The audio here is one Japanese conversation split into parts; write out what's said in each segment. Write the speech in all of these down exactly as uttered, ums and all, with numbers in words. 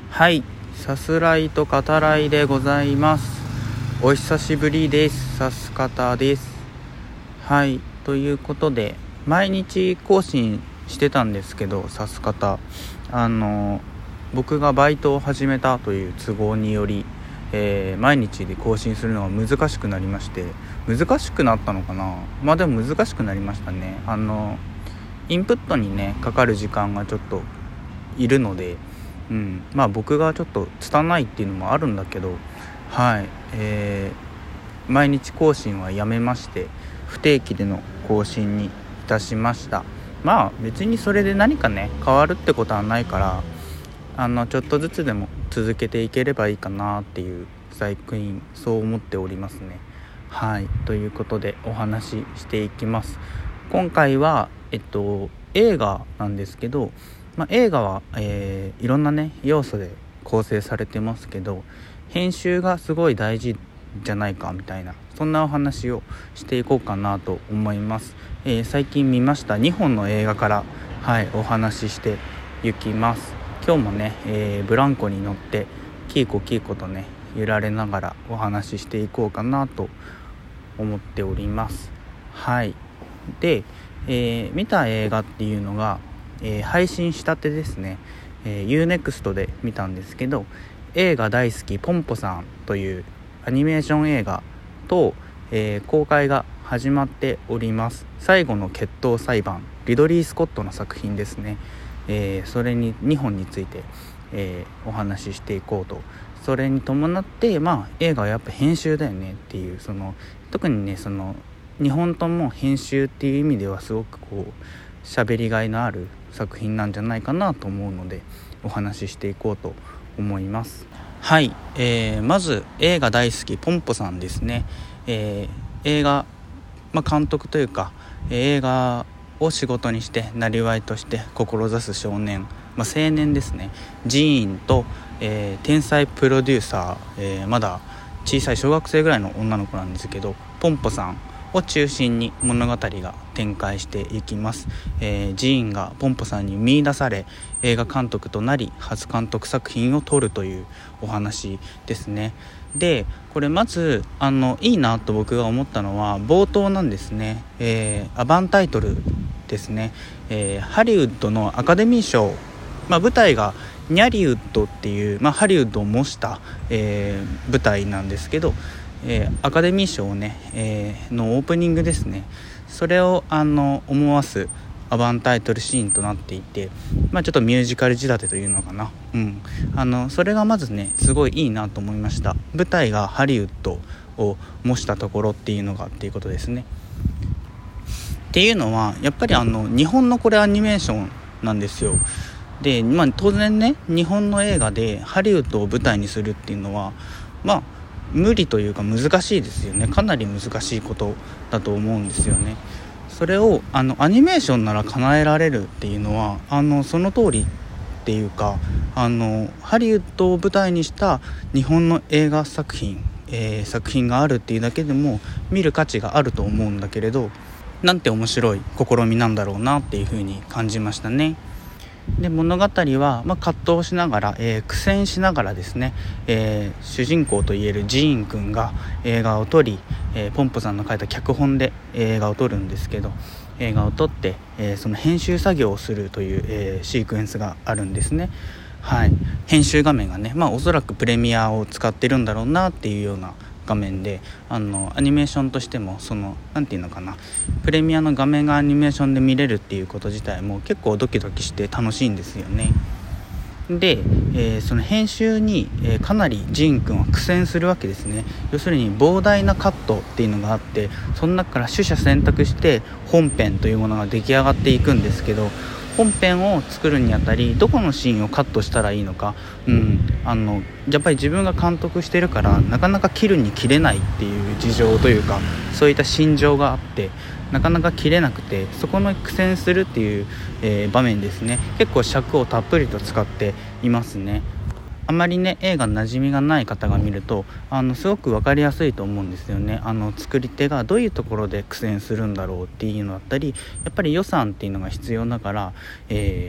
はい、さすらいと語らいでございます。お久しぶりです。さす方です。はい、ということで毎日更新してたんですけど、さす方あの僕がバイトを始めたという都合により、えー、毎日で更新するのが難しくなりまして、難しくなったのかな。まあでも難しくなりましたね。あのインプットにねかかる時間がちょっといるので、うん、まあ僕がちょっと拙いっていうのもあるんだけど、はい、えー、毎日更新はやめまして不定期での更新にいたしました。まあ別にそれで何かね変わるってことはないから、あのちょっとずつでも続けていければいいかなっていう最近そう思っておりますね。はい、ということでお話ししていきます。今回はえっと映画なんですけど、まあ、映画は、えー、いろんなね要素で構成されてますけど、編集がすごい大事じゃないかみたいな、そんなお話をしていこうかなと思います。えー、最近見ましたにほんの映画から、はい、お話ししていきます。今日もね、えー、ブランコに乗ってキーコキーコとね揺られながらお話ししていこうかなと思っております。はい。で、えー、見た映画っていうのが、えー、配信したてですね、えー、ユーネクスト で見たんですけど、映画大好きポンポさんというアニメーション映画と、えー、公開が始まっております。最後の決闘裁判、リドリー・スコットの作品ですね。えー、それににほんについて、えー、お話ししていこうと。それに伴って、まあ映画はやっぱ編集だよねっていう、その特にねそのにほんとも編集っていう意味ではすごくこう喋りがいのある作品なんじゃないかなと思うので、お話ししていこうと思います。はい、えー、まず映画大好きポンポさんですね。えー、映画、まあ、監督というか映画を仕事にしてなりわいとして志す少年、まあ、青年ですね。ジーンと、えー、天才プロデューサー、えー、まだ小さい小学生ぐらいの女の子なんですけど、ポンポさんを中心に物語が展開していきます。えー、ジーンがポンポさんに見出され映画監督となり初監督作品を撮るというお話ですね。でこれまずあのいいなと僕が思ったのは冒頭なんですね。えー、アバンタイトルですね。えー、ハリウッドのアカデミー賞、まあ、舞台がニャリウッドっていう、まあ、ハリウッドを模した、えー、舞台なんですけど、えー、アカデミー賞をね、えー、のオープニングですね。それをあの思わすアバンタイトルシーンとなっていて、まあ、ちょっとミュージカル仕立てというのかな、うん、あのそれがまずねすごいいいなと思いました。舞台がハリウッドを模したところっていうのがっていうことですね。っていうのはやっぱりあの日本のこれアニメーションなんですよ。で、まあ、当然ね日本の映画でハリウッドを舞台にするっていうのはまあ無理というか難しいですよね。かなり難しいことだと思うんですよね。それをあのアニメーションなら叶えられるっていうのはあのその通りっていうか、あのハリウッドを舞台にした日本の映画作品、えー、作品があるっていうだけでも見る価値があると思うんだけれど、なんて面白い試みなんだろうなっていうふうに感じましたね。で物語は、まあ、葛藤しながら、えー、苦戦しながらですね、えー、主人公といえるジーン君が映画を撮り、えー、ポンポさんの書いた脚本で映画を撮るんですけど、映画を撮って、えー、その編集作業をするという、えー、シークエンスがあるんですね。はい、編集画面がね、まあ、おそらくプレミアを使ってるんだろうなっていうような画面で、あのアニメーションとしてもそのなんていうのかな、プレミアの画面がアニメーションで見れるっていうこと自体も結構ドキドキして楽しいんですよね。で、えー、その編集に、えー、かなりジーン君は苦戦するわけですね。要するに膨大なカットっていうのがあって、その中から取捨選択して本編というものが出来上がっていくんですけど、本編を作るにあたりどこのシーンをカットしたらいいのか、うん、あのやっぱり自分が監督してるからなかなか切るに切れないっていう事情というか、そういった心情があってなかなか切れなくて、そこの苦戦するっていう、えー、場面ですね。結構尺をたっぷりと使っていますね。あまりね映画馴染みがない方が見るとあのすごく分かりやすいと思うんですよね。あの作り手がどういうところで苦戦するんだろうっていうのだったり、やっぱり予算っていうのが必要だから、え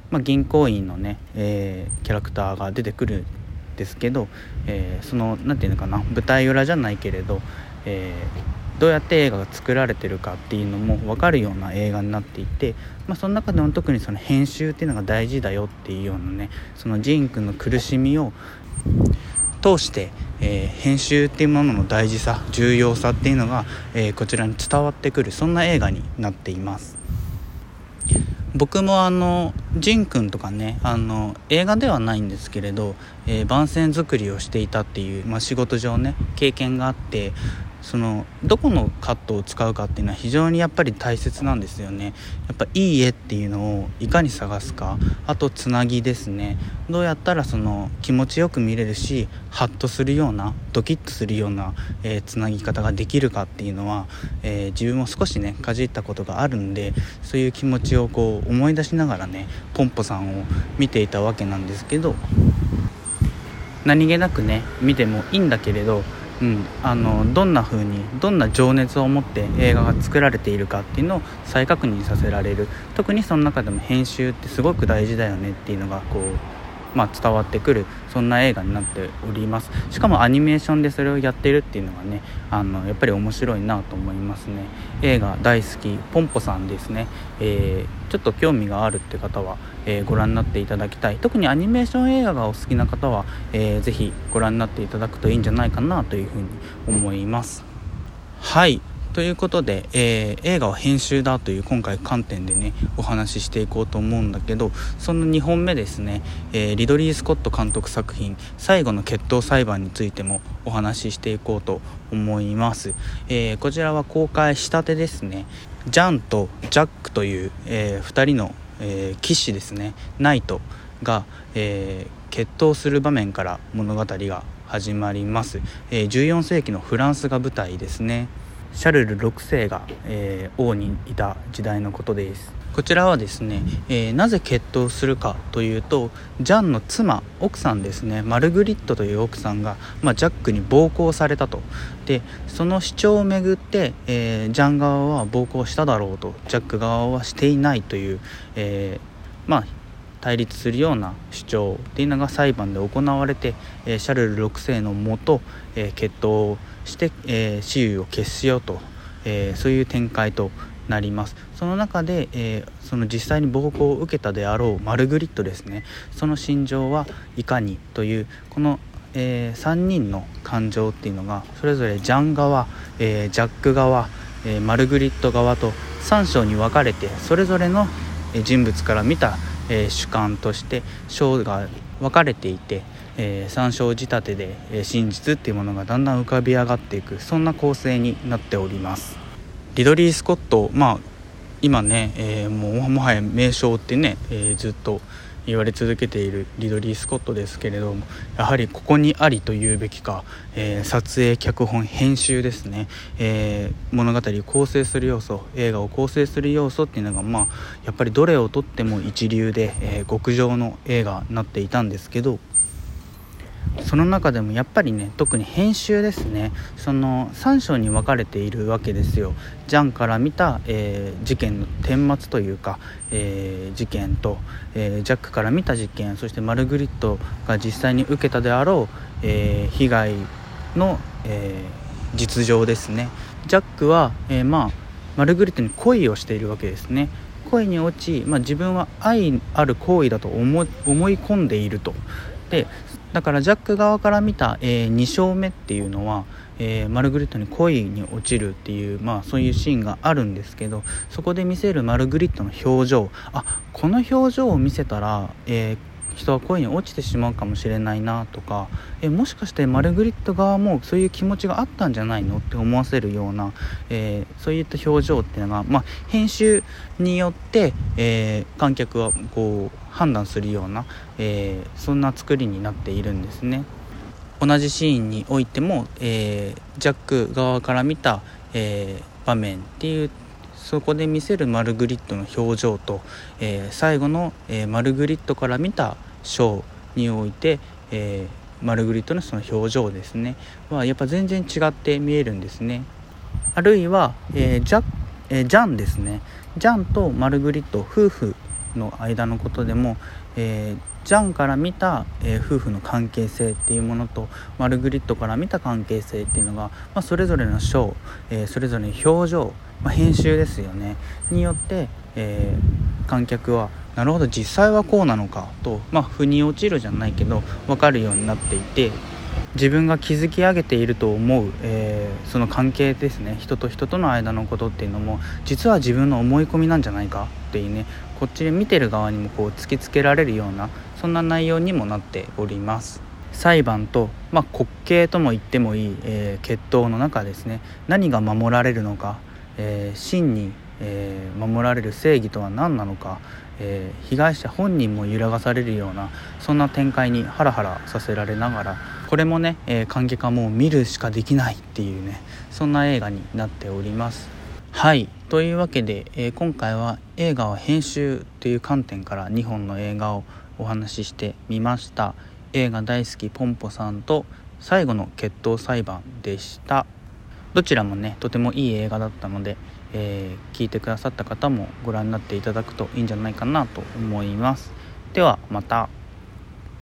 まあ、銀行員のね、えー、キャラクターが出てくるんですけど、えー、そのなんていうのかな、舞台裏じゃないけれど、えー、どうやって映画が作られてるかっていうのも分かるような映画になっていて、まあ、その中でも特にその編集っていうのが大事だよっていうようなね、そのジーン君の苦しみを通して、えー、編集っていうものの大事さ、重要さっていうのが、えー、こちらに伝わってくる、そんな映画になっています。僕もあのジン君とかね、あの映画ではないんですけれど、えー、番宣作りをしていたっていう、まあ、仕事上ね経験があって、そのどこのカットを使うかっていうのは非常にやっぱり大切なんですよね。やっぱいい絵っていうのをいかに探すか、あとつなぎですね。どうやったらその気持ちよく見れるし、ハッとするような、ドキッとするような、えー、つなぎ方ができるかっていうのは、えー、自分も少しねかじったことがあるんで、そういう気持ちをこう思い出しながらねポンポさんを見ていたわけなんですけど、何気なくね見てもいいんだけれど、うん、あのどんな風にどんな情熱を持って映画が作られているかっていうのを再確認させられる。特にその中でも編集ってすごく大事だよねっていうのがこう、まあ、伝わってくる、そんな映画になっております。しかもアニメーションでそれをやってるっていうのがね、あのやっぱり面白いなと思いますね。映画大好きポンポさんですね、えー、ちょっと興味があるって方は、えー、ご覧になっていただきたい。特にアニメーション映画がお好きな方は、えー、ぜひご覧になっていただくといいんじゃないかなというふうに思います。はい、ということで、えー、映画は編集だという今回観点でねお話ししていこうと思うんだけど、そのにほんめですね、えー、リドリー・スコット監督作品最後の決闘裁判についてもお話ししていこうと思います。えー、こちらは公開したてですね。ジャンとジャックという、えー、ふたりの、えー、騎士ですね、ナイトが、えー、決闘する場面から物語が始まります。えー、じゅうよんせいきのフランスが舞台ですね。シャルルろくせいが、えー、王にいた時代のことです。こちらはですね、えー、なぜ決闘するかというと、ジャンの妻、奥さんですね、マルグリットという奥さんが、まあ、ジャックに暴行されたと。でその主張をめぐって、えー、ジャン側は暴行しただろうと、ジャック側はしていないという、えー、まあ対立するような主張っていうのが裁判で行われて、えー、シャルルろくせいのもと、えー、決闘して、えー、雌雄を決しようと、えー、そういう展開となります。その中で、えー、その実際に暴行を受けたであろうマルグリットですね、その心情はいかにというこの、えー、さんにんの感情っていうのがそれぞれジャン側、えー、ジャック側、えー、マルグリット側とさん章に分かれて、それぞれの人物から見た、えー、主観として章が分かれていて、えー、さん章仕立てで、えー、真実っていうものがだんだん浮かび上がっていく、そんな構成になっております。リドリー・スコット、まあ今ね、えー、もうもはや名将ってね、えー、ずっと言われ続けているリドリー・スコットですけれども、やはりここにありというべきか、えー、撮影、脚本、編集ですね、えー、物語を構成する要素、映画を構成する要素っていうのが、まあやっぱりどれをとっても一流で、えー、極上の映画になっていたんですけど、その中でもやっぱりね、特に編集ですね、そのさん章に分かれているわけですよ。ジャンから見た、えー、事件の顛末というか、えー、事件と、えー、ジャックから見た事件、そしてマルグリットが実際に受けたであろう、えー、被害の、えー、実情ですね。ジャックは、えー、まあマルグリットに恋をしているわけですね。恋に落ち、まあ、自分は愛ある行為だと思い、思い込んでいると。でだからジャック側から見た、えー、に章目っていうのは、えー、マルグリットに恋に落ちるっていう、まあそういうシーンがあるんですけど、そこで見せるマルグリットの表情、あ、この表情を見せたら、えー、人は恋に落ちてしまうかもしれないなとか、えー、もしかしてマルグリット側もそういう気持ちがあったんじゃないのって思わせるような、えー、そういった表情っていうのが、まあ、編集によって、えー、観客はこう判断するような、えー、そんな作りになっているんですね。同じシーンにおいても、えー、ジャック側から見た、えー、場面っていう、そこで見せるマルグリットの表情と、えー、最後の、えー、マルグリットから見た章において、えー、マルグリットのその表情ですねはやっぱ全然違って見えるんですね。あるいは、えー、ジャ、えー、ジャンですね。ジャンとマルグリット夫婦の間のことでも、えー、ジャンから見た、えー、夫婦の関係性っていうものとマルグリットから見た関係性っていうのが、まあ、それぞれのショー、えー、それぞれの表情、まあ、編集ですよねによって、えー、観客はなるほど実際はこうなのかと、まあ、腑に落ちるじゃないけど分かるようになっていて、自分が築き上げていると思う、えー、その関係ですね、人と人との間のことっていうのも実は自分の思い込みなんじゃないかっていうね、こっちで見てる側にもこう突きつけられるようなそんな内容にもなっております。裁判と、まあ、国刑とも言ってもいい、えー、決闘の中ですね、何が守られるのか、えー、真に、えー、守られる正義とは何なのか、えー、被害者本人も揺らがされるようなそんな展開にハラハラさせられながら、これもね、えー、観客はもう見るしかできないっていうね、そんな映画になっております。はい、というわけで、えー、今回は映画は編集という観点からにほんの映画をお話ししてみました。映画大好きポンポさんと最後の決闘裁判でした。どちらもねとてもいい映画だったので、えー、聞いてくださった方もご覧になっていただくといいんじゃないかなと思います。ではまた。